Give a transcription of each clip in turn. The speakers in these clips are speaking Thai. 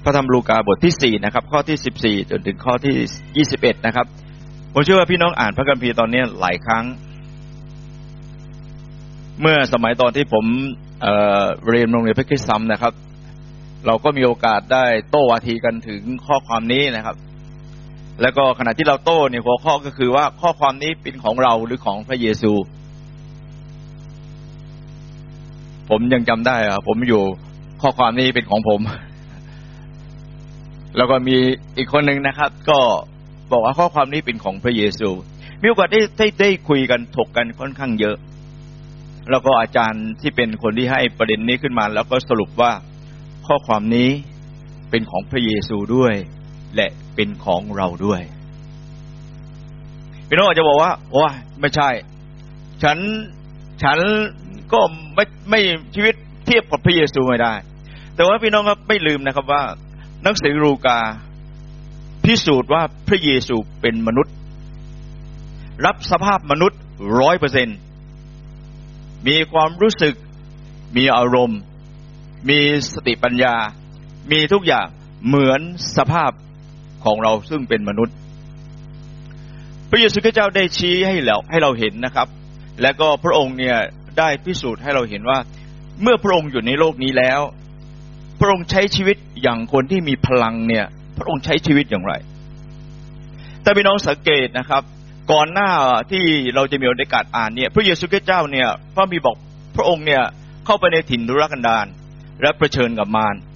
พระธรรมลูกาบทที่4นะครับข้อที่14จนถึงข้อที่21นะครับผมเชื่อว่าพี่น้องอ่านพระคัมภีร์ตอนนี้หลายครั้งเมื่อสมัยตอนที่ผมเรียนโรงเรียนพระคริสต์ซัมนะครับเราก็มีโอกาสได้โต้วาทีกันถึงข้อความนี้นะครับแล้วก็ขณะที่เราโต้เนี่ยหัวข้อก็คือว่าข้อความนี้เป็นของเราหรือของพระเยซูผมยังจำได้ผมอยู่ข้อความนี้เป็นของผมแล้วก็มีอีกคนหนึ่งนะครับก็บอกว่าข้อความนี้เป็นของพระเยซูมีโอกาสได้คุยกันถกกันค่อนข้างเยอะแล้วก็อาจารย์ที่เป็นคนที่ให้ประเด็นนี้ขึ้นมาแล้วก็สรุปว่าข้อความนี้เป็นของพระเยซูด้วยและเป็นของเราด้วยพี่น้องอาจจะบอกว่าโอ้ยไม่ใช่ฉันก็ไม่ชีวิตเทียบกับพระเยซูไม่ได้แต่ว่าพี่น้องครับไม่ลืมนะครับว่าหนังสือลูกาพิสูจน์ว่าพระเยซูเป็นมนุษย์รับสภาพมนุษย์ 100% มีความรู้สึกมีอารมณ์มีสติปัญญามีทุกอย่างเหมือนสภาพของเราซึ่งเป็นมนุษย์พระเยซูคริสต์เจ้าได้ชี้ให้เราเห็นนะครับและก็พระองค์เนี่ยได้พิสูจน์ให้เราเห็นว่าเมื่อพระองค์อยู่ในโลกนี้แล้วพระองค์ใช้ชีวิตอย่างคนที่มีพลังเนี่ยพระองค์ใช้ชีวิตอย่างไรแต่พี่น้องสังเกตนะครับก่อนหน้าที่เราจะมีโอกาสอ่านเนี่ยพระเยซูคริสต์เจ้าเนี่ยพระบิดาบอกพระองค์เนี่ยเข้าไปในถิ่นทุรกันดารและเผชิญกับมาร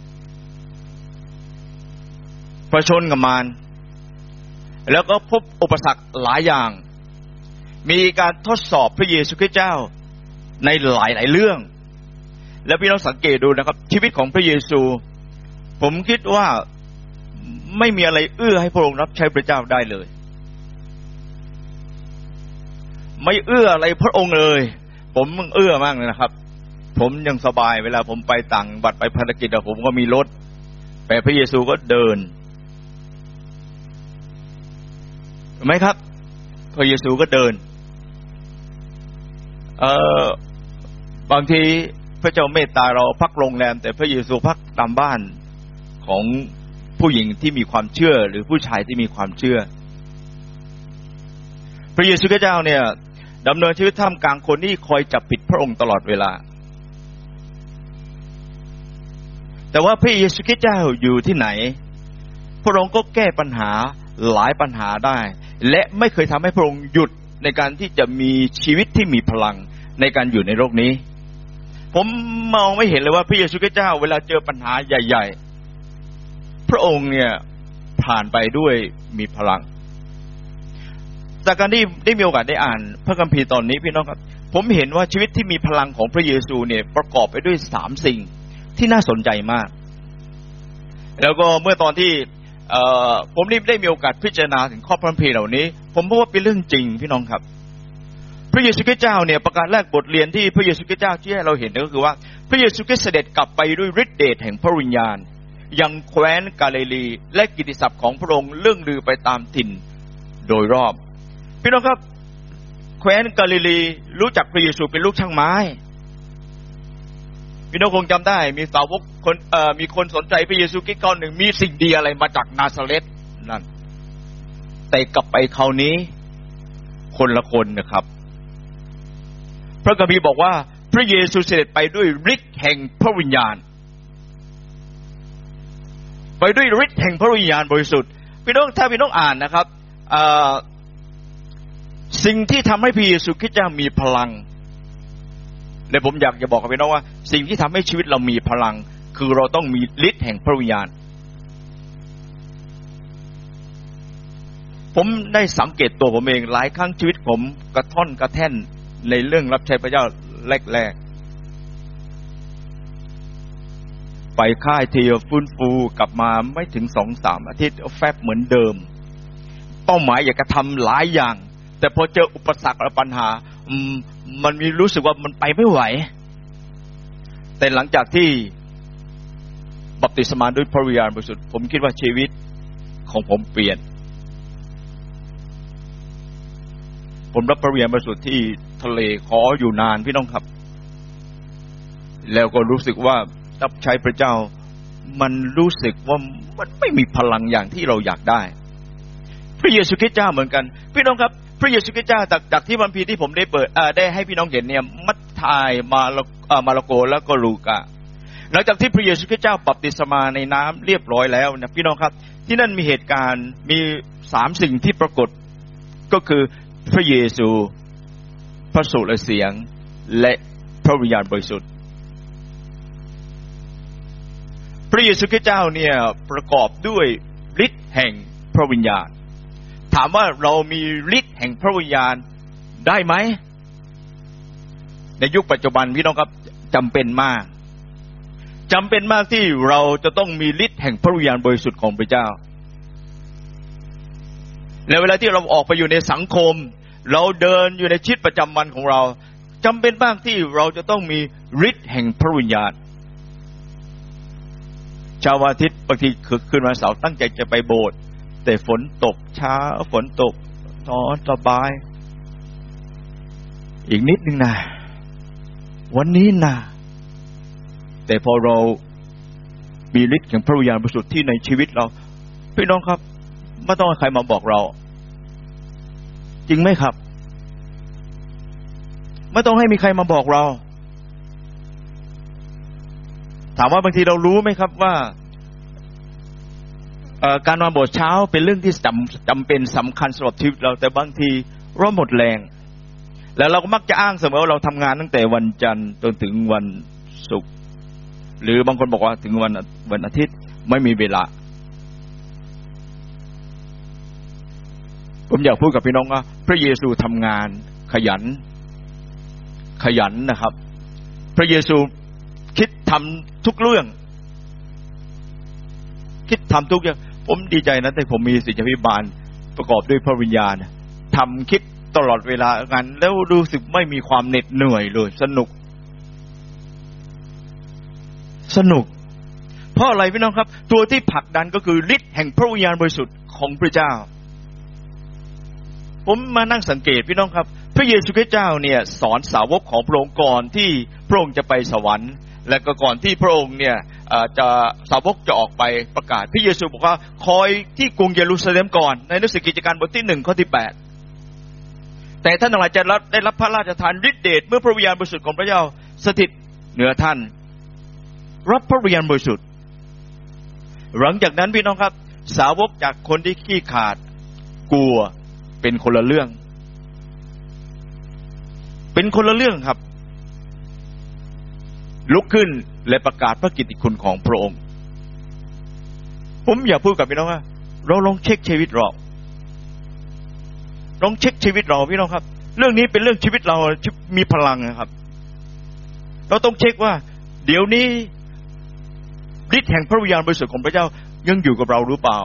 แล้วก็พบอุปสรรคหลายอย่างมีการทดสอบพระเยซูคริสต์เจ้าในหลายเรื่องแล้วพี่น้องสังเกตดูนะครับชีวิตของพระเยซูผมคิดว่าไม่มีอะไรเอื้อให้พระองค์รับใช้พระเจ้าได้เลยไม่เอื้ออะไรพระองค์เลยผมมึงเอื้อมากเลยนะครับผมยังสบายเวลาผมไปต่างบัตรไปภารกิจผมก็มีรถแต่พระเยซูก็เดินเห็นไหมครับพระเยซูก็เดินบางทีพระเจ้าเมตตาเราพักโรงแรมแต่พระเยซูพักตามบ้านของผู้หญิงที่มีความเชื่อหรือผู้ชายที่มีความเชื่อพระเยซูคริสต์เจ้าเนี่ยดำเนินชีวิตท่ามกลางคนที่คอยจับผิดพระองค์ตลอดเวลาแต่ว่าพระเยซูคริสต์เจ้าอยู่ที่ไหนพระองค์ก็แก้ปัญหาหลายปัญหาได้และไม่เคยทำให้พระองค์หยุดในการที่จะมีชีวิตที่มีพลังในการอยู่ในโลกนี้ผมมองไม่เห็นเลยว่าพระเยซูคริสต์เจ้าเวลาเจอปัญหาใหญ่ๆพระองค์เนี่ยผ่านไปด้วยมีพลังจากการที่ได้มีโอกาสได้อ่านพระคัมภีร์ตอนนี้พี่น้องครับผมเห็นว่าชีวิตที่มีพลังของพระเยซูเนี่ยประกอบไปด้วย3สิ่งที่น่าสนใจมากแล้วก็เมื่อตอนที่ผมได้มีโอกาสพิจารณาถึงข้อพระคัมภีร์เหล่านี้ผมพบว่าเป็นเรื่องจริงพี่น้องครับพระเยซูคริสต์เจ้าเนี่ยประการแรกบทเรียนที่พระเยซูคริสต์เจ้าที่ให้เราเห็นก็คือว่าพระเยซูคริสต์เสด็จกลับไปด้วยฤทธิ์เดชแห่งพระวิญญาณยังแคว้นกาลิลีและกิตติศัพท์ของพระองค์เลื่องลือไปตามถิ่นโดยรอบพี่น้องครับแคว้นกาลิลีรู้จักพระเยซูเป็นลูกช่างไม้พี่น้องคงจำได้มีสาวกมีคนสนใจพระเยซูคริสต์คนหนึ่งมีสิ่งดีอะไรมาจากนาซาเรตนั่นแต่กลับไปคราวนี้คนละคนนะครับพระคัมภีร์บอกว่าพระเยซูเสด็จไปด้วยฤทธิ์แห่งพระวิญญาณไปด้วยฤทธิ์แห่งพระวิญญาณบริสุทธิ์พี่น้องถ้าพี่น้องอ่านนะครับสิ่งที่ทำให้พระเยซูคริสต์เจ้ามีพลังและผมอยากจะบอกกับพี่น้องว่าสิ่งที่ทำให้ชีวิตเรามีพลังคือเราต้องมีฤทธิ์แห่งพระวิญญาณผมได้สังเกตตัวผมเองหลายครั้งชีวิตผมกระท่อนกระแท่นในเรื่องรับใช้พระเจ้าแรกๆไปค่ายทีฟื้นฟูกลับมาไม่ถึง 2-3 อาทิตย์แฟบเหมือนเดิมเป้าหมายอยากจะทำหลายอย่างแต่พอเจออุปสรรคและปัญหามันมีรู้สึกว่ามันไปไม่ไหวแต่หลังจากที่บัพติศมาด้วยพระวิญญาณบริสุทธิ์ผมคิดว่าชีวิตของผมเปลี่ยนผมรับพระวิญญาณบริสุทธิ์ที่ทะเลขออยู่นานพี่น้องครับแล้วก็รู้สึกว่ารับใช้พระเจ้ามันรู้สึกว่ามันไม่มีพลังอย่างที่เราอยากได้พระเยซูคริสต์เจ้าเหมือนกันพี่น้องครับพระเยซูคริสต์เจ้าจากที่คัมภีร์ที่ผมได้เปิดได้ให้พี่น้องเห็นเนี่ยมัทธิวมาระโกแล้วก็ลูกาหลังจากที่พระเยซูคริสต์เจ้าบัพติศมาในน้ำเรียบร้อยแล้วนะพี่น้องครับที่นั่นมีเหตุการณ์มี3สิ่งที่ปรากฏก็คือพระเยซูพระสุรเสียงและพระวิญญาณบริสุทธิ์พระเยซูคริสต์เจ้าเนี่ยประกอบด้วยฤทธิ์แห่งพระวิญญาณถามว่าเรามีฤทธิ์แห่งพระวิญญาณได้ไหมในยุคปัจจุบันพี่น้องครับจำเป็นมากที่เราจะต้องมีฤทธิ์แห่งพระวิญญาณบริสุทธิ์ของพระเจ้าและเวลาที่เราออกไปอยู่ในสังคมเราเดินอยู่ในชีวิตประจำวันของเราจำเป็นมากที่เราจะต้องมีฤทธิ์แห่งพระวิญญาณเช้าวันอาทิตย์บางทีคืนวันเสาร์ตั้งใจจะไปโบสถ์แต่ฝนตกเช้าฝนตกนอนสบายอีกนิดนึงนะวันนี้นะแต่พอเรามีฤทธิ์แห่งพระวิญญาณบริสุทธิ์ที่ในชีวิตเราพี่น้องครับไม่ต้องให้ใครมาบอกเราจริงไหมครับไม่ต้องให้มีใครมาบอกเราถามว่าบางทีเรารู้ไหมครับว่าการมาโบสถ์เช้าเป็นเรื่องที่จำเป็นสำคัญสำหรับชีวิตเราแต่บางทีเราหมดแรงแล้วเราก็มักจะอ้างเสมอว่าเราทำงานตั้งแต่วันจันทร์จนถึงวันศุกร์หรือบางคนบอกว่าถึงวันอาทิตย์ไม่มีเวลาผมอยากพูดกับพี่น้องว่าพระเยซูทำงานขยันนะครับพระเยซูคิดทำทุกเรื่องคิดทำทุกอย่างผมดีใจนะแต่ผมมีศิษยาภิบาลประกอบด้วยพระวิญญาณทำคิดตลอดเวลางานแล้วรู้สึกไม่มีความเหน็ดเหนื่อยเลยสนุกเพราะอะไรพี่น้องครับตัวที่ผลักดันก็คือฤทธิ์แห่งพระวิญญาณบริสุทธิ์ของพระเจ้าผมมานั่งสังเกตพี่น้องครับพระเยซูคริสต์เจ้าเนี่ยสอนสาวกของพระองค์ก่อนที่พระองค์จะไปสวรรค์และก็ก่อนที่พระองค์เนี่ยจะสาวกจะออกไปประกาศพระเยซูบอกว่าคอยที่กรุงเยรูซาเล็มก่อนในหนังสือกิจการบทที่1ข้อที่8แต่ท่านทั้งหลายจะได้รับพระราชทานฤทธิเดชเมื่อพระวิญญาณบริสุทธิ์ของพระเจ้าสถิตเหนือท่านรับพระวิญญาณบริสุทธิ์หลังจากนั้นพี่น้องครับสาวกจากคนที่ขี้ขาดกลัวเป็นคนละเรื่องครับลุกขึ้นและประกาศพระกิตติคุณของพระองค์ผมอยากพูดกับพี่น้องว่าเราลองเช็คชีวิตเราพี่น้องครับเรื่องนี้เป็นเรื่องชีวิตเรามีพลังนะครับเราต้องเช็คว่าเดี๋ยวนี้ฤทธิ์แห่งพระวิญญาณบริสุทธิ์ของพระเจ้ายังอยู่กับเราหรือเปล่า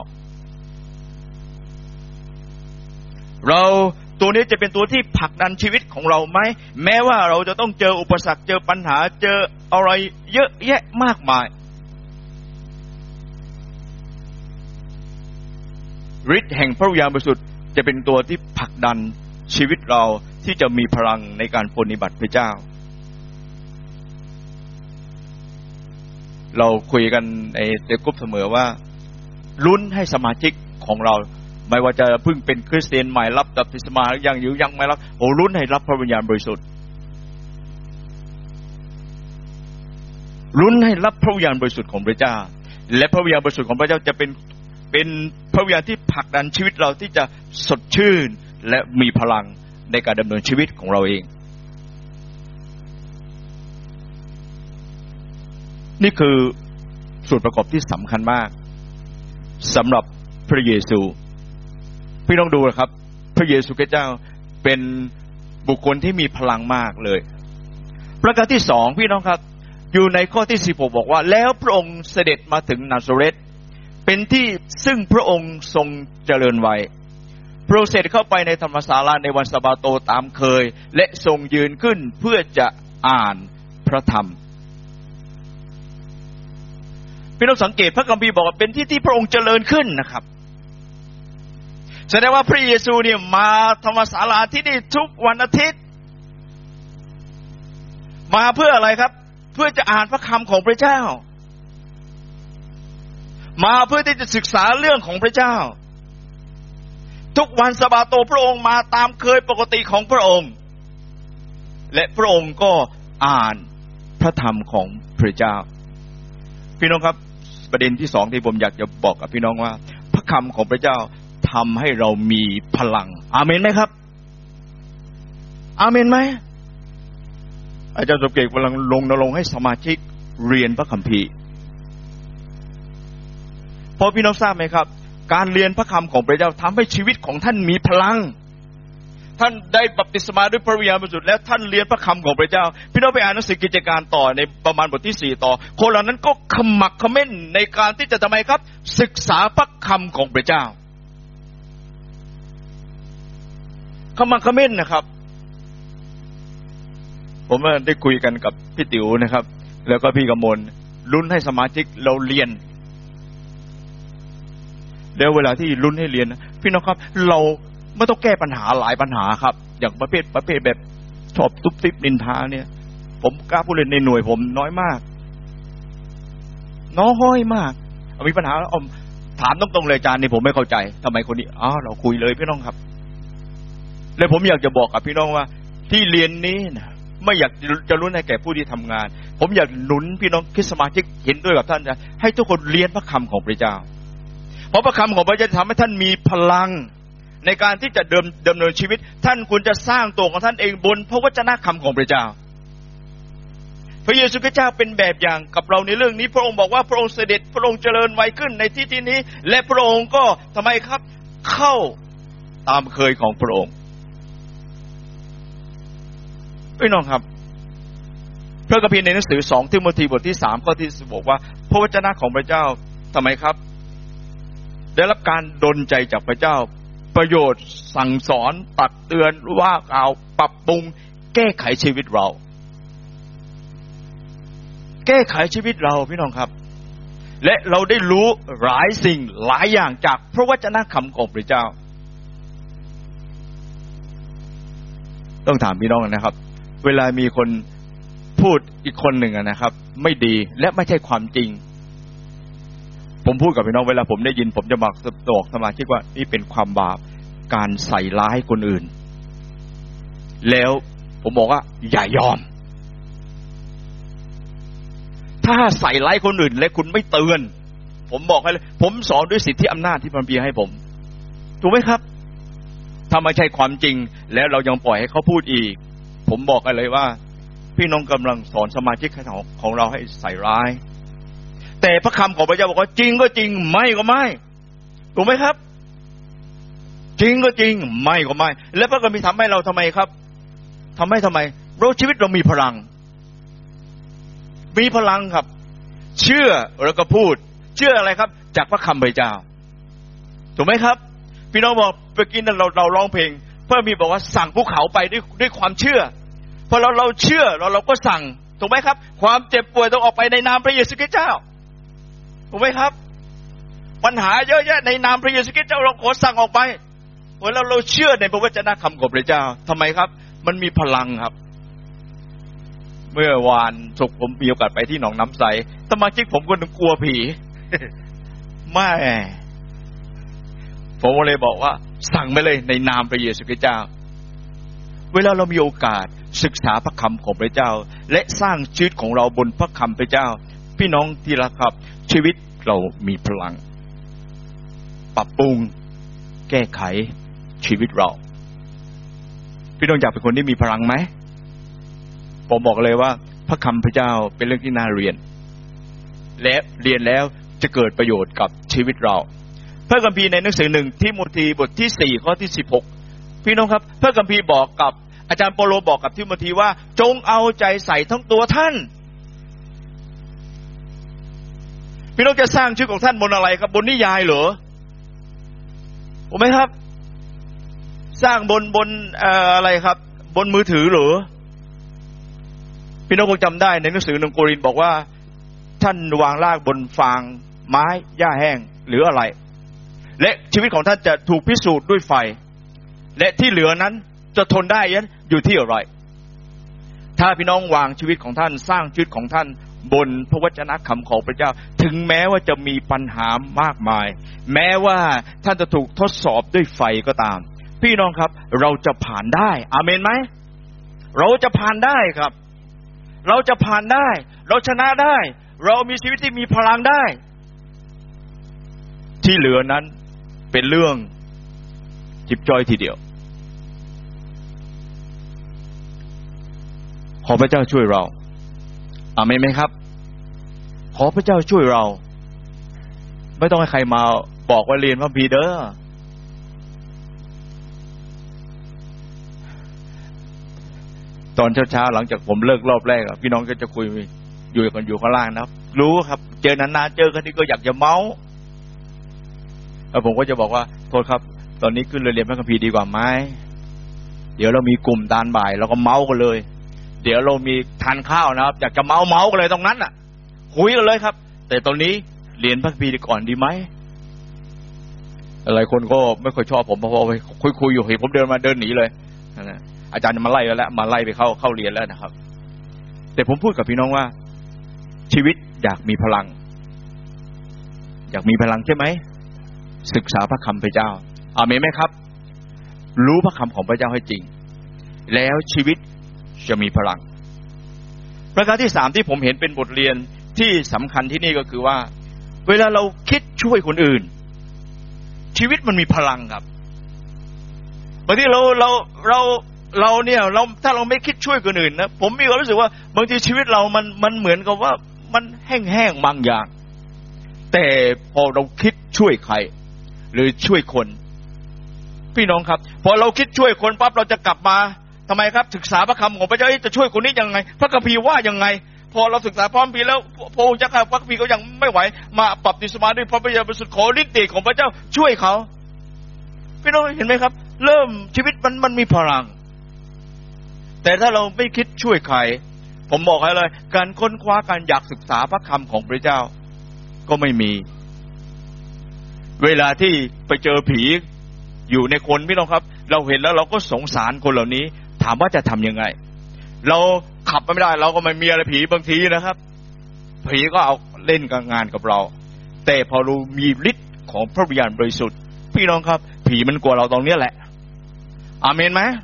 เราตัวนี้จะเป็นตัวที่ผลักดันชีวิตของเราไหมแม้ว่าเราจะต้องเจออุปสรรคเจอปัญหาเจออะไรเยอะแยะมากมายฤทธิ์แห่งพระวิญญาณบริสุทธิ์จะเป็นตัวที่ผลักดันชีวิตเราที่จะมีพลังในการปฏิบัติพระเจ้าเราคุยกันในกลุ่มเสมอว่าลุ้นให้สมาชิกของเราไม่ว่าจะเพิ่งเป็นคริสเตียนใหม่รับบัพติศมาหรือยังไม่รับลุ้นให้รับพระวิญญาณบริสุทธิ์ลุ้นให้รับพระวิญญาณบริสุทธิ์ของพระเจ้าและพระวิญญาณบริสุทธิ์ของพระเจ้าจะเป็นพระวิญญาณที่ผลักดันชีวิตเราที่จะสดชื่นและมีพลังในการดำเนินชีวิตของเราเองนี่คือส่วนประกอบที่สำคัญมากสำหรับพระเยซูพี่น้องดูนะครับพระเยซูคริสต์เจ้าเป็นบุคคลที่มีพลังมากเลยประการที่2พี่น้องครับอยู่ในข้อที่16บอกว่าแล้วพระองค์เสด็จมาถึงนาซาเรตเป็นที่ซึ่งพระองค์ทรงเจริญวัยพระองค์เสด็จเข้าไปในธรรมศาลาในวันสะบาโตตามเคยและทรงยืนขึ้นเพื่อจะอ่านพระธรรมพี่น้องสังเกตพระคัมภีร์บอกว่าเป็นที่พระองค์เจริญขึ้นนะครับแสดงว่าพระเยซูเนี่ยมาธรรมศาลาที่นี่ทุกวันอาทิตย์มาเพื่ออะไรครับเพื่อจะอ่านพระคำของพระเจ้ามาเพื่อที่จะศึกษาเรื่องของพระเจ้าทุกวันสะบาโตพระองค์มาตามเคยปกติของพระองค์และพระองค์ก็อ่านพระธรรมของพระเจ้าพี่น้องครับประเด็นที่สองที่ผมอยากจะบอกกับพี่น้องว่าพระคำของพระเจ้าทำให้เรามีพลังอาเมนไหมครับอาเมนไหมอาจารย์สมเกียรติกำลังลงให้สมาชิกเรียนพระคัมภีร์เพราะพี่น้องทราบไหมครับการเรียนพระคำของพระเจ้าทำให้ชีวิตของท่านมีพลังท่านได้บัพติศมาด้วยพระวิญญาณบริสุทธิ์แล้วท่านเรียนพระคำของพระเจ้าพี่น้องไปอ่านหนังสือกิจการต่อในประมาณบทที่4ต่อคนเหล่านั้นก็ขมักเขม้นในการที่จะทำไมครับศึกษาพระคำของพระเจ้าขมักเขม้นนะครับผมได้คุยกันกับพี่ติ๋วนะครับแล้วก็พี่กมลลุ้นให้สมาชิกเราเรียนแล้วเวลาที่ลุ้นให้เรียนพี่น้องครับเราไม่ต้องแก้ปัญหาหลายปัญหาครับอย่างประเภทแบบชอบซุบซิบนินทาเนี่ยผมกล้าพูดเลยในหน่วยผมน้อยมากมีปัญหาแล้วถามตรงๆเลยอาจารย์นี่ผมไม่เข้าใจทำไมคนนี้เราคุยเลยพี่น้องครับเลยผมอยากจะบอกกับพี่น้องว่าที่เรียนนี้นะไม่อยากจะลุ้นให้แก่ผู้ที่ทำงานผมอยากหนุนพี่น้องคริสต์สมาชิกเห็นด้วยกับท่านนะให้ทุกคนเรียนพระคำของพระเจ้าเพราะพระคำของพระเจ้าจะทำให้ท่านมีพลังในการที่จะดำเนินชีวิตท่านควรจะสร้างตัวของท่านเองบนพระวจนะคำของพระเจ้าพระเยซูคริสต์เจ้าเป็นแบบอย่างกับเราในเรื่องนี้พระองค์บอกว่าพระองค์เสด็จพระองค์เจริญไวขึ้นในที่นี้และพระองค์ก็ทำไมครับเข้าตามเคยของพระองค์พี่น้องครับพระคัมภีร์ในหนังสือ2ทิโมธีบทที่3ข้อที่10บอกว่าพระวจนะของพระเจ้าทำไมครับได้รับการดลใจจากพระเจ้าประโยชน์สั่งสอนตักเตือนว่ากล่าวปรับปรุงแก้ไขชีวิตเราแก้ไขชีวิตเราพี่น้องครับและเราได้รู้หลายสิ่งหลายอย่างจากพระวจนะคำของพระเจ้าต้องถามพี่น้องนะครับเวลามีคนพูดอีกคนหนึ่งนะครับไม่ดีและไม่ใช่ความจริงผมพูดกับพี่น้องเวลาผมได้ยินผมจะบอกสมาชิกว่านี่เป็นความบาปการใส่ร้ายคนอื่นแล้วผมบอกว่าอย่ายอมถ้าใส่ร้ายคนอื่นและคุณไม่เตือนผมบอกให้เลยผมสอนด้วยสิทธิอำนาจที่พระบิดาให้ผมถูกไหมครับถ้าไม่ใช่ความจริงแล้วเรายังปล่อยให้เขาพูดอีกผมบอกเลยว่าพี่น้องกำลังสอนสมาชิกของเราให้ใส่ร้ายแต่พระคำของพระเจ้าบอกว่าจริงก็จริงไม่ก็ไม่ถูกไหมครับจริงก็จริงไม่ก็ไม่และพระคัมภีร์ทำให้เราทำไมครับทำไมเราชีวิตเรามีพลังครับเชื่อแล้วก็พูดเชื่ออะไรครับจากพระคำพระเจ้าถูกไหมครับพี่น้องบอกเมื่อกี้นั้นเราร้องเพลงพระมีบอกว่าสั่งภูเขาไปด้วยความเชื่อพอเราเชื่อเราก็สั่งถูกไหมครับความเจ็บป่วยต้องออกไปในนามพระเยซูคริสต์เจ้าถูกไหมครับปัญหาเยอะแยะในนามพระเยซูคริสต์เจ้าเราขอสั่งออกไปเพราะเราเชื่อในพระวจนะคำของพระเจ้าทำไมครับมันมีพลังครับเมื่อวานศุกร์ผมมีโอกาสไปที่หนองน้ำใสสมาชิกผมคนหนึ่งกลัวผี ไม่ผมเลยบอกว่าสั่งไปเลยในนามพระเยซูคริสต์เจ้าเวลาเรามีโอกาสศึกษาพระคำของพระเจ้าและสร้างชีวิตของเราบนพระคำพระเจ้าพี่น้องที่รักครับชีวิตเรามีพลังปรับปรุงแก้ไขชีวิตเราพี่น้องอยากเป็นคนที่มีพลังไหมผมบอกเลยว่าพระคำพระเจ้าเป็นเรื่องที่น่าเรียนและเรียนแล้วจะเกิดประโยชน์กับชีวิตเราพระคัมภีร์ในหนังสือ1ทิโมธีบทที่4ข้อที่16พี่น้องครับพระคัมภีร์บอกกับอาจารย์เปาโลบอกกับทิโมธีว่าจงเอาใจใส่ทั้งตัวท่านพี่น้องจะสร้างชีวิตของท่านบนอะไรครับบนนิยายเหรอถูกไหมครับสร้างบนอะไรครับบนมือถือเหรอพี่น้องคงจำได้ในหนังสือ1โครินธ์บอกว่าท่านวางรากบนฟางไม้หญ้าแห้งหรืออะไรและชีวิตของท่านจะถูกพิสูจน์ด้วยไฟและที่เหลือนั้นจะทนได้ยันอยู่ที่อะไรถ้าพี่น้องวางชีวิตของท่านสร้างชีวิตของท่านบนพระวจนะคำของพระเจ้าถึงแม้ว่าจะมีปัญหามากมายแม้ว่าท่านจะถูกทดสอบด้วยไฟก็ตามพี่น้องครับเราจะผ่านได้อาเมนไหมเราจะผ่านได้ครับเราจะผ่านได้เราชนะได้เรามีชีวิตที่มีพลังได้ที่เหลือนั้นเป็นเรื่องจิบจ้อยทีเดียวขอพระเจ้าช่วยเราอาเมนไหมครับขอพระเจ้าช่วยเราไม่ต้องให้ใครมาบอกว่าเรียนพระคัมภีร์เด้อตอนเช้าๆหลังจากผมเลิกรอบแรกพี่น้องก็จะคุยอยู่กันอยู่ข้างล่างนะรู้ครับเจอนานๆเจอกันนี่ก็อยากจะเมาแล้วผมก็จะบอกว่าโทษครับตอนนี้ขึ้นเรียนพระคัมภีร์ดีกว่าไหมเดี๋ยวเรามีกลุ่มตอนบ่ายเราก็เมากันเลยเดี๋ยวเรามีทานข้าวนะครับอยากจะเมากันเลยตรงนั้นน่ะคุยกันเลยครับแต่ตอนนี้เรียนพระคัมภีร์ก่อนดีไหมหลายคนก็ไม่ค่อยชอบผมเพราะว่าคุยอยู่เห็นผมเดินมาเดินหนีเลยนะอาจารย์มาไล่แล้วมาไล่ไปเข้าเรียนแล้วนะครับแต่ผมพูดกับพี่น้องว่าชีวิตอยากมีพลังอยากมีพลังใช่ไหมศึกษาพระคำพระเจ้าอาเมนไหมครับรู้พระคำของพระเจ้าให้จริงแล้วชีวิตจะมีพลังประการที่สามที่ผมเห็นเป็นบทเรียนที่สำคัญที่นี่ก็คือว่าเวลาเราคิดช่วยคนอื่นชีวิตมันมีพลังครับบางทีเราเนี่ยถ้าเราไม่คิดช่วยคนอื่นนะผมมีความรู้สึกว่าบางทีชีวิตเรามันเหมือนกับว่ามันแห้งๆบางอย่างแต่พอเราคิดช่วยใครหรือช่วยคนพี่น้องครับพอเราคิดช่วยคนปั๊บเราจะกลับมาทำไมครับศึกษาพระคำของพระเจ้าจะช่วยคนนี้ยังไงพระคัมภีร์ว่ายังไงพอเราศึกษาพระคัมภีร์แล้วพระองค์เจ้าข้าพระคัมภีร์ก็ยังไม่ไหวมาปรับติสมาด้วยพระวิญญาณบริสุทธิ์ขอฤทธิ์เดชของพระเจ้าช่วยเขาพี่น้องเห็นไหมครับเริ่มชีวิตมันมีพลังแต่ถ้าเราไม่คิดช่วยใครผมบอกให้เลยการค้นคว้าการอยากศึกษาพระคำของพระเจ้าก็ไม่มีเวลาที่ไปเจอผีอยู่ในคนพี่น้องครับเราเห็นแล้วเราก็สงสารคนเหล่านี้ถามว่าจะทำยังไงเราขับไม่ได้เราก็ไม่มีอะไรผีบางทีนะครับผีก็เอาเล่นกับงานกับเราแต่พอเรามีฤทธิ์ของพระวิญญาณบริสุทธิ์พี่น้องครับผีมันกลัวเราตรงนี้แหละอาเมนไหม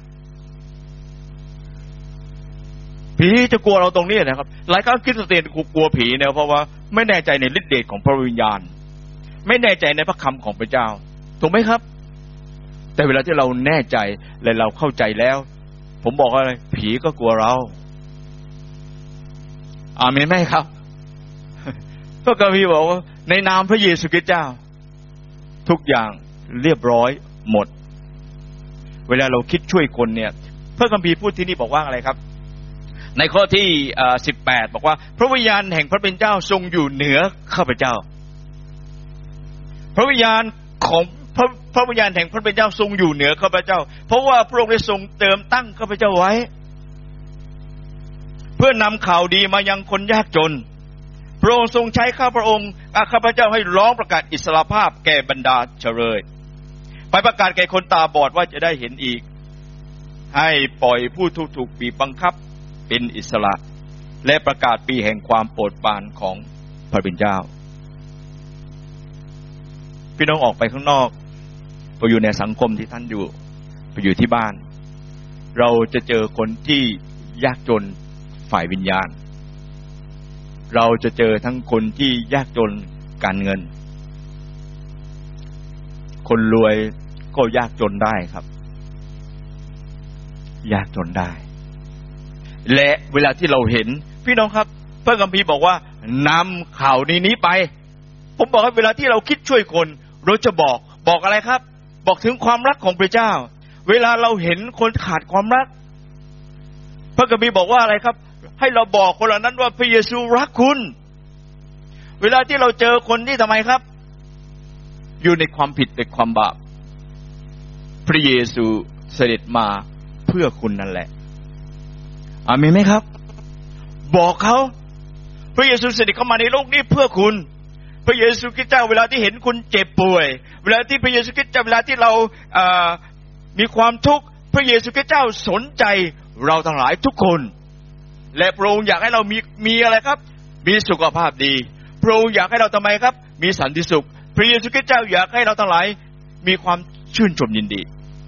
ผีจะกลัวเราตรงนี้นะครับหลายครั้งคริสเตียนกลัวผีเนี่ยเพราะว่าไม่แน่ใจในฤทธิ์เดชของพระวิญญาณไม่แน่ใจในพระคำของพระเจ้าถูกไหมครับแต่เวลาที่เราแน่ใจและเราเข้าใจแล้วผมบอกว่าผีก็กลัวเราอาเมนไหมครับพระคัมภีร์บอกว่าในนามพระเยซูคริสต์เจ้าทุกอย่างเรียบร้อยหมดเวลาเราคิดช่วยคนเนี่ยพระคัมภีร์พูดที่นี่บอกว่าอะไรครับในข้อที่18บอกว่าพระวิญญาณแห่งพระเป็นเจ้าทรงอยู่เหนือข้าพเจ้าพระวิญญาณของพระวิญญาณแห่งพระเป็นเจ้าทรงอยู่เหนือข้าพเจ้าเพราะว่าพระองค์ได้ทรงเติมตั้งข้าพเจ้าไว้เพื่อนำข่าวดีมายังคนยากจนพระองค์ทรงใช้ข้าพระองค์ข้าพเจ้าให้ร้องประกาศอิสรภาพแก่บรรดาเฉลยไปประกาศแก่คนตาบอดว่าจะได้เห็นอีกให้ปล่อยผู้ถูกบีบบังคับเป็นอิสระและประกาศปีแห่งความโปรดปรานของพระบิดาเจ้าพี่น้องออกไปข้างนอกไปอยู่ในสังคมที่ท่านอยู่ไปอยู่ที่บ้านเราจะเจอคนที่ยากจนฝ่ายวิญญาณเราจะเจอทั้งคนที่ยากจนการเงินคนรวยก็ยากจนได้ครับยากจนได้และเวลาที่เราเห็นพี่น้องครับพระคัมภีร์บอกว่านำข่าวนี้ไปผมบอกว่าเวลาที่เราคิดช่วยคนเราจะบอกอะไรครับบอกถึงความรักของพระเจ้าเวลาเราเห็นคนขาดความรักพระคัมภีร์บอกว่าอะไรครับให้เราบอกคนเหล่านั้นว่าพระเยซูรักคุณเวลาที่เราเจอคนที่ทำไมครับอยู่ในความผิดในความบาปพระเยซูเสด็จมาเพื่อคุณนั่นแหละอาเมนไหมครับบอกเขาพระเยซูเสด็จเข้ามาในโลกนี้เพื่อคุณพระเยซูคริสต์เจ้าเวลาที่เห็นคุณเจ็บป่วยเวลาที่พระเยซูคริสต์เจ้าเวลาที่เรามีความทุกข์พระเยซูคริสต์เจ้าสนใจเราทั้งหลายทุกคนและพระองค์อยากให้เรามีอะไรครับมีสุขภาพดีพระองค์อยากให้เราทำไมครับมีสันติสุขพระเยซูคริสต์เจ้าอยากให้เราทั้งหลายมีความชื่นชมยินดี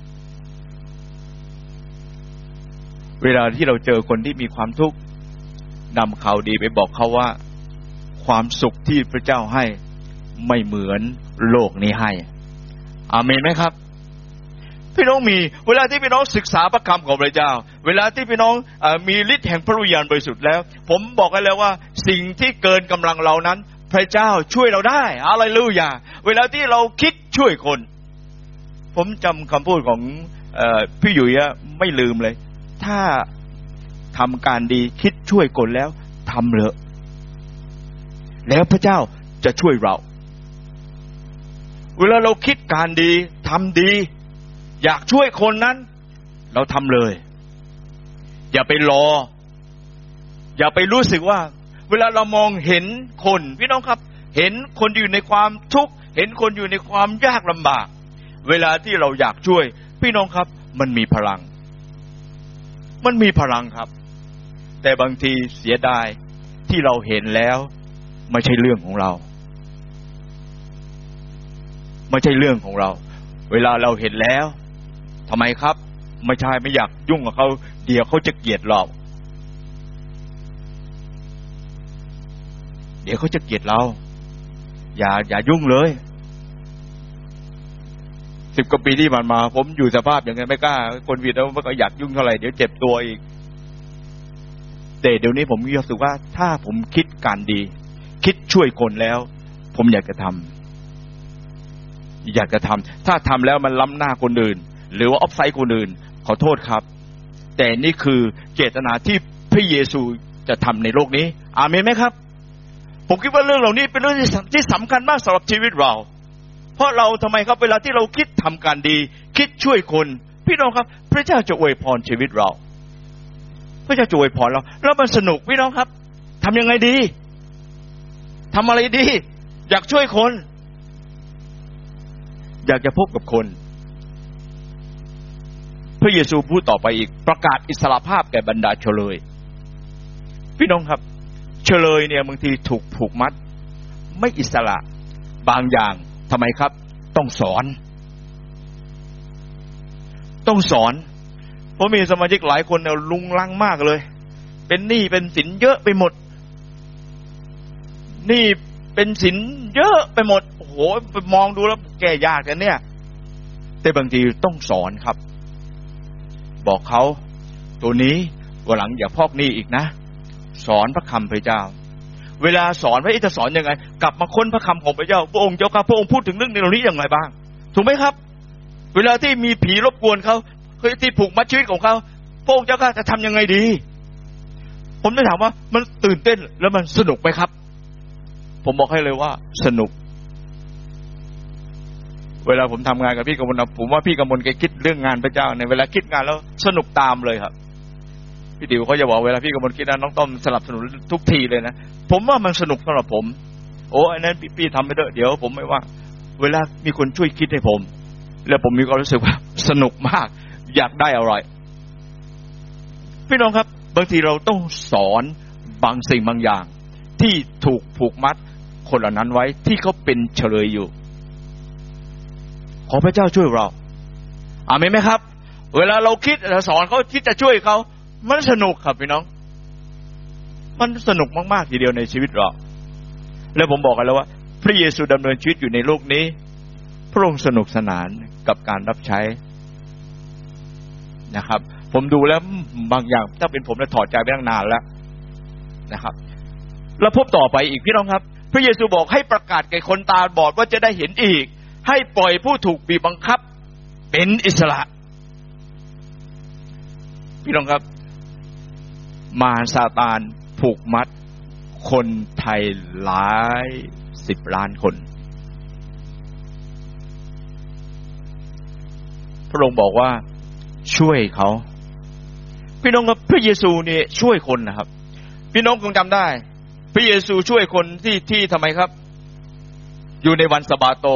เวลาที่เราเจอคนที่มีความทุกข์นำข่าวดีไปบอกเขาว่าความสุขที่พระเจ้าให้ไม่เหมือนโลกนี้ให้อาเมนไหมครับพี่น้องมีเวลาที่พี่น้องศึกษาพระคำของพระเจ้าเวลาที่พี่น้องมีฤทธิ์แห่งพระวิญญาณบริสุทธิ์แล้วผมบอกให้แล้วว่าสิ่งที่เกินกำลังเรานั้นพระเจ้าช่วยเราได้ฮาเลลูยาเวลาที่เราคิดช่วยคนผมจำคำพูดของพี่หยุยไม่ลืมเลยถ้าทำการดีคิดช่วยคนแล้วทำเลยแล้วพระเจ้าจะช่วยเราเวลาเราคิดการดีทำดีอยากช่วยคนนั้นเราทำเลยอย่าไปรออย่าไปรู้สึกว่าเวลาเรามองเห็นคนพี่น้องครับเห็นคนอยู่ในความทุกข์เห็นคนอยู่ในความยากลำบากเวลาที่เราอยากช่วยพี่น้องครับมันมีพลังครับแต่บางทีเสียดายที่เราเห็นแล้วไม่ใช่เรื่องของเราเวลาเราเห็นแล้วทำไมครับไม่อยากยุ่งกับเขาเดี๋ยวเขาจะเกลียดเราอย่ายุ่งเลย10 กว่าปีที่ผ่านมาผมอยู่สภาพอย่างนั้นไม่กล้าคนวีดแล้วไม่ก็อยากยุ่งเท่าไหร่เดี๋ยวเจ็บตัวอีกแต่เดี๋ยวนี้ผมรู้สึกว่าถ้าผมคิดการดีคิดช่วยคนแล้วผมอยากจะทำถ้าทำแล้วมันล้ำหน้าคนอื่นหรือว่าออฟไซด์คนอื่นขอโทษครับแต่นี่คือเจตนาที่พระเยซูจะทำในโลกนี้อาเมนไหมครับผมคิดว่าเรื่องเหล่านี้เป็นเรื่องที่สำคัญมากสำหรับชีวิตเราเพราะเราทำไมครับเวลาที่เราคิดทำการดีคิดช่วยคนพี่น้องครับพระเจ้าจะอวยพรชีวิตเราพระเจ้าจะอวยพรเราแล้วมันสนุกพี่น้องครับทำยังไงดีทำอะไรดีอยากช่วยคนอยากจะพบกับคนพระเยซูพูดต่อไปอีกประกาศอิสรภาพแก่บรรดาเฉลยพี่น้องครับเฉลยเนี่ยบางทีถูกผูกมัดไม่อิสระบางอย่างทำไมครับต้องสอนเพราะมีสมาชิกหลายคนเนี่ยลุงลังมากเลยเป็นหนี้เป็นสินเยอะไปหมดหนี้เป็นสินเยอะไปหมดโอ้โหมองดูแล้วแก้ยากกันเนี่ยแต่บางทีต้องสอนครับบอกเขาตัวนี้วันหลังอย่าพอกหนี้อีกนะสอนพระคำพระเจ้าเวลาสอนพระอิจะสอนยังไงกลับมาค้นพระคำของพระเจ้าพระองค์เจ้าข้าพระองค์พูดถึงเรื่องในเรื่องนี้อย่างไรบ้างถูกไหมครับเวลาที่มีผีรบกวนเขาที่ผูกมัดชีวิตของเขาพระองค์เจ้าข้าจะทำยังไงดีผมจะถามว่ามันตื่นเต้นแล้วมันสนุกไหมครับผมบอกให้เลยว่าสนุกเวลาผมทำงานกับพี่กมลผมว่าพี่กมลแกคิดเรื่องงานพระเจ้าในเวลาคิดงานแล้วสนุกตามเลยครับพี่ติ๋วเขาจะบอกเวลาพี่กมลคิดนะน้องต้อมสนับสนุนทุกทีเลยนะผมว่ามันสนุกสำหรับผมโอ้อันนั้นพี่ทำไปเถอะเดี๋ยวผมไม่ว่าเวลามีคนช่วยคิดให้ผมแล้วผมมีความรู้สึกว่าสนุกมากอยากได้อะไรพี่น้องครับบางทีเราต้องสอนบางสิ่งบางอย่างที่ถูกผูกมัดคนเหล่านั้นไว้ที่เขาเป็นเฉลยอยู่ขอพระเจ้าช่วยเราอาเมนไหมครับเวลาเราคิดเราสอนเขาคิดจะช่วยเขามันสนุกครับพี่น้องมันสนุกมากๆทีเดียวในชีวิตเราแล้วผมบอกกันแล้วว่าพระเยซูดำเนินชีวิตอยู่ในโลกนี้พระองค์สนุกสนานกับการรับใช้นะครับผมดูแล้วบางอย่างถ้าเป็นผมจะถอดใจไปตั้งนานแล้วนะครับแล้วพบต่อไปอีกพี่น้องครับพระเยซูบอกให้ประกาศแก่คนตาบอดว่าจะได้เห็นอีกให้ปล่อยผู้ถูกบีบบังคับเป็นอิสระพี่น้องครับมารซาตานผูกมัดคนไทยหลาย10 ล้านคนพระองค์บอกว่าช่วยเขาพี่น้องครับพระเยซูเนี่ยช่วยคนนะครับพี่น้องคงจำได้พระเยซูช่วยคนที่ทำไมครับอยู่ในวันสะบาโต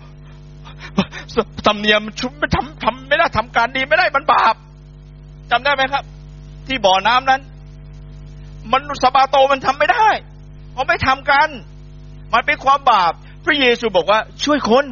ธรรมเนียมทำไม่ได้ทำการดีไม่ได้มันบาปจำได้ไหมครับที่บ่อน้ำนั้นมันสะบาโตมันทำไม่ได้เขาไม่ทำกันมันเป็นความบาปพระเยซูบอกว่าช่วยคน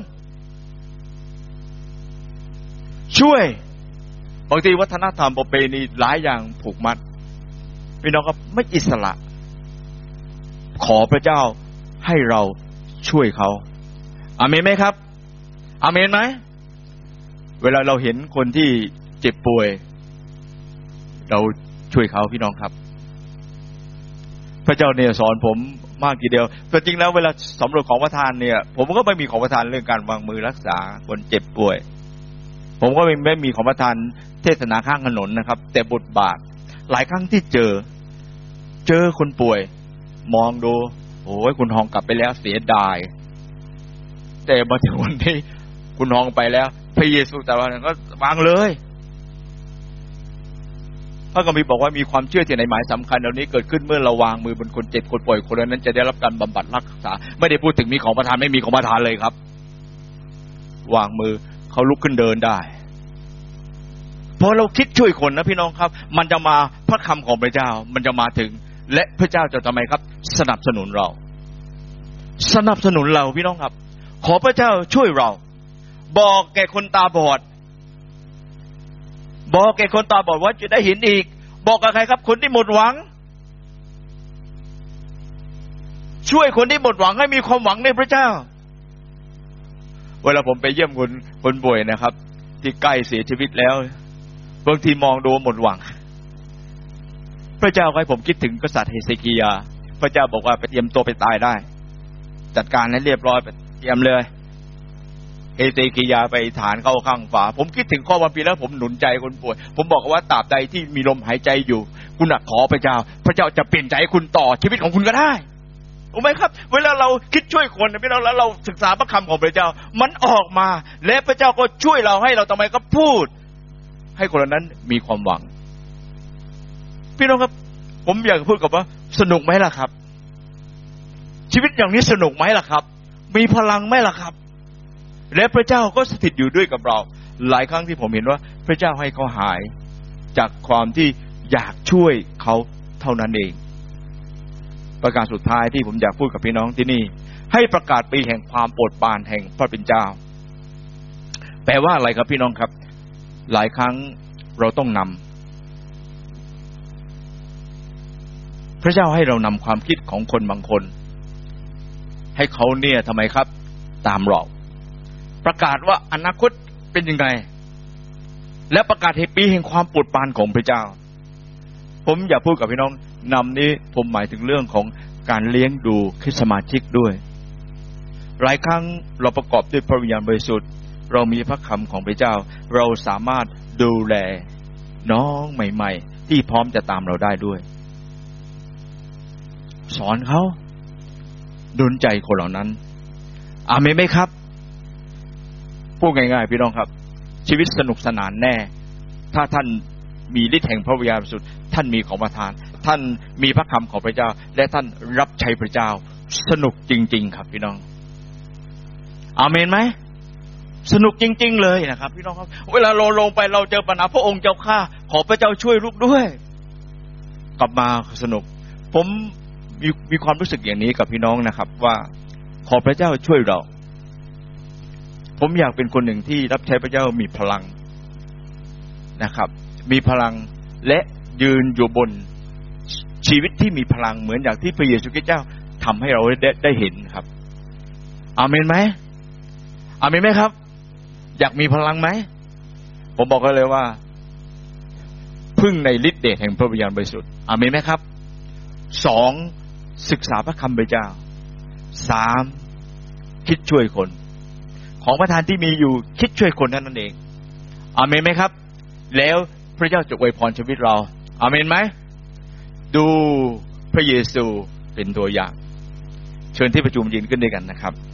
ช่วยบางทีวัฒนธรรมประเพณีหลายอย่างผูกมัดพี่น้องก็ไม่อิสระขอพระเจ้าให้เราช่วยเขาอาเมนไหมครับอาเมนไหมเวลาเราเห็นคนที่เจ็บป่วยเราช่วยเขาพี่น้องครับพระเจ้าเนี่ยสอนผมมากทีเดียวแต่จริงแล้วเวลาสำรวจของประทานเนี่ยผมก็ไม่มีของประทานเรื่องการวางมือรักษาคนเจ็บป่วยผมก็ไม่มีของประทานเทศนาข้างถนนนะครับแต่บทบาทหลายครั้งที่เจอคนป่วยมองดูโอ้ยคุณฮองกลับไปแล้วเสียดายแต่มาถึงวันนี้คุณฮองไปแล้วพระเยซูแต่ว่าก็วางเลยพระคัมภีร์บอกว่ามีความเชื่อที่ในหมายสำคัญเหล่านี้เกิดขึ้นเมื่อเราวางมือบนคนเจ็บคนป่วยคนนั้นจะได้รับการบำบัดรักษาไม่ได้พูดถึงมีของประทานไม่มีของประทานเลยครับวางมือเขาลุกขึ้นเดินได้พอเราคิดช่วยคนนะพี่น้องครับมันจะมาพระคำของพระเจ้ามันจะมาถึงและพระเจ้าจะทำไมครับสนับสนุนเราพี่น้องครับขอพระเจ้าช่วยเราบอกแก่คนตาบอดว่าจะได้เห็นอีกบอกกับใครครับคนที่หมดหวังช่วยคนที่หมดหวังให้มีความหวังในพระเจ้าเวลาผมไปเยี่ยมคนป่วยนะครับที่ใกล้เสียชีวิตแล้วบางทีมองดูหมดหวังพระเจ้าให้ผมคิดถึงกษัตริย์เฮเซคียาพระเจ้าบอกว่าไปเตรียมตัวไปตายได้จัดการให้เรียบร้อยไปเตรียมเลยเฮเซคียาไปฐานเข้าข้างฝาผมคิดถึงข้อความปีแล้วผมหนุนใจคนป่วยผมบอกว่าตราบใดที่มีลมหายใจอยู่คุณขอพระเจ้าจะเปลี่ยนใจคุณต่อชีวิตของคุณก็ได้ถูกไหมครับเวลาเราคิดช่วยคนพี่น้องแล้วเราศึกษาพระคำของพระเจ้ามันออกมาและพระเจ้าก็ช่วยเราให้เราทำไมก็พูดให้คนนั้นมีความหวังพี่น้องครับผมอยากพูดกับว่าสนุกไหมล่ะครับชีวิตอย่างนี้สนุกไหมล่ะครับมีพลังไหมล่ะครับและพระเจ้าก็สถิตอยู่ด้วยกับเราหลายครั้งที่ผมเห็นว่าพระเจ้าให้เขาหายจากความที่อยากช่วยเขาเท่านั้นเองประการสุดท้ายที่ผมอยากพูดกับพี่น้องที่นี่ให้ประกาศปีแห่งความโปรดปรานแห่งพระเป็นเจ้าแปลว่าอะไรครับพี่น้องครับหลายครั้งเราต้องนำพระเจ้าให้เรานำความคิดของคนบางคนให้เขาเนี่ยทำไมครับตามเราประกาศว่าอนาคตเป็นยังไงและประกาศให้ปีแห่งความโปรดปรานของพระเจ้าผมอยากพูดกับพี่น้องนำนี้ผมหมายถึงเรื่องของการเลี้ยงดูคริสตสมาชิกด้วยหลายครั้งเราประกอบด้วยพระวิญญาณบริสุทธิ์เรามีพระคำของพระเจ้าเราสามารถดูแลน้องใหม่ๆที่พร้อมจะตามเราได้ด้วยสอนเขาดลใจคนเหล่านั้นอาเมนไหมครับพูดง่ายๆพี่น้องครับชีวิตสนุกสนานแน่ถ้าท่านมีฤทธิ์แห่งพระวิญญาณบริสุทธิ์ท่านมีของประทานท่านมีพระคำของพระเจ้าและท่านรับใช้พระเจ้าสนุกจริงๆครับพี่น้องอาเมนไหมสนุกจริงๆเลยนะครับพี่น้องครับเวลาเราลงไปเราเจอปัญหาพระองค์เจ้าข้าขอพระเจ้าช่วยลูกด้วยกลับมาสนุกผมมีความรู้สึกอย่างนี้กับพี่น้องนะครับว่าขอพระเจ้าช่วยเราผมอยากเป็นคนหนึ่งที่รับใช้พระเจ้ามีพลังนะครับมีพลังและยืนอยู่บนชีวิตที่มีพลังเหมือนอย่างที่พระเยซูคริสต์เจ้าทำให้เราได้เห็นครับอาเมนไหมอาเมนไหมครับอยากมีพลังไหมผมบอกเลยว่าพึ่งในฤทธิ์เดชแห่งพระวิญญาณบริสุทธิ์อาเมนไหมครับ2ศึกษาพระคำพระเจ้า3คิดช่วยคนของประทานที่มีอยู่คิดช่วยคนนั่นเองอาเมนไหมครับแล้วพระเจ้าจะอวยพรชีวิตเราอาเมนไหมดูพระเยซูเป็นตัวอย่างเชิญที่ประชุมยืนขึ้นด้วยกันนะครับ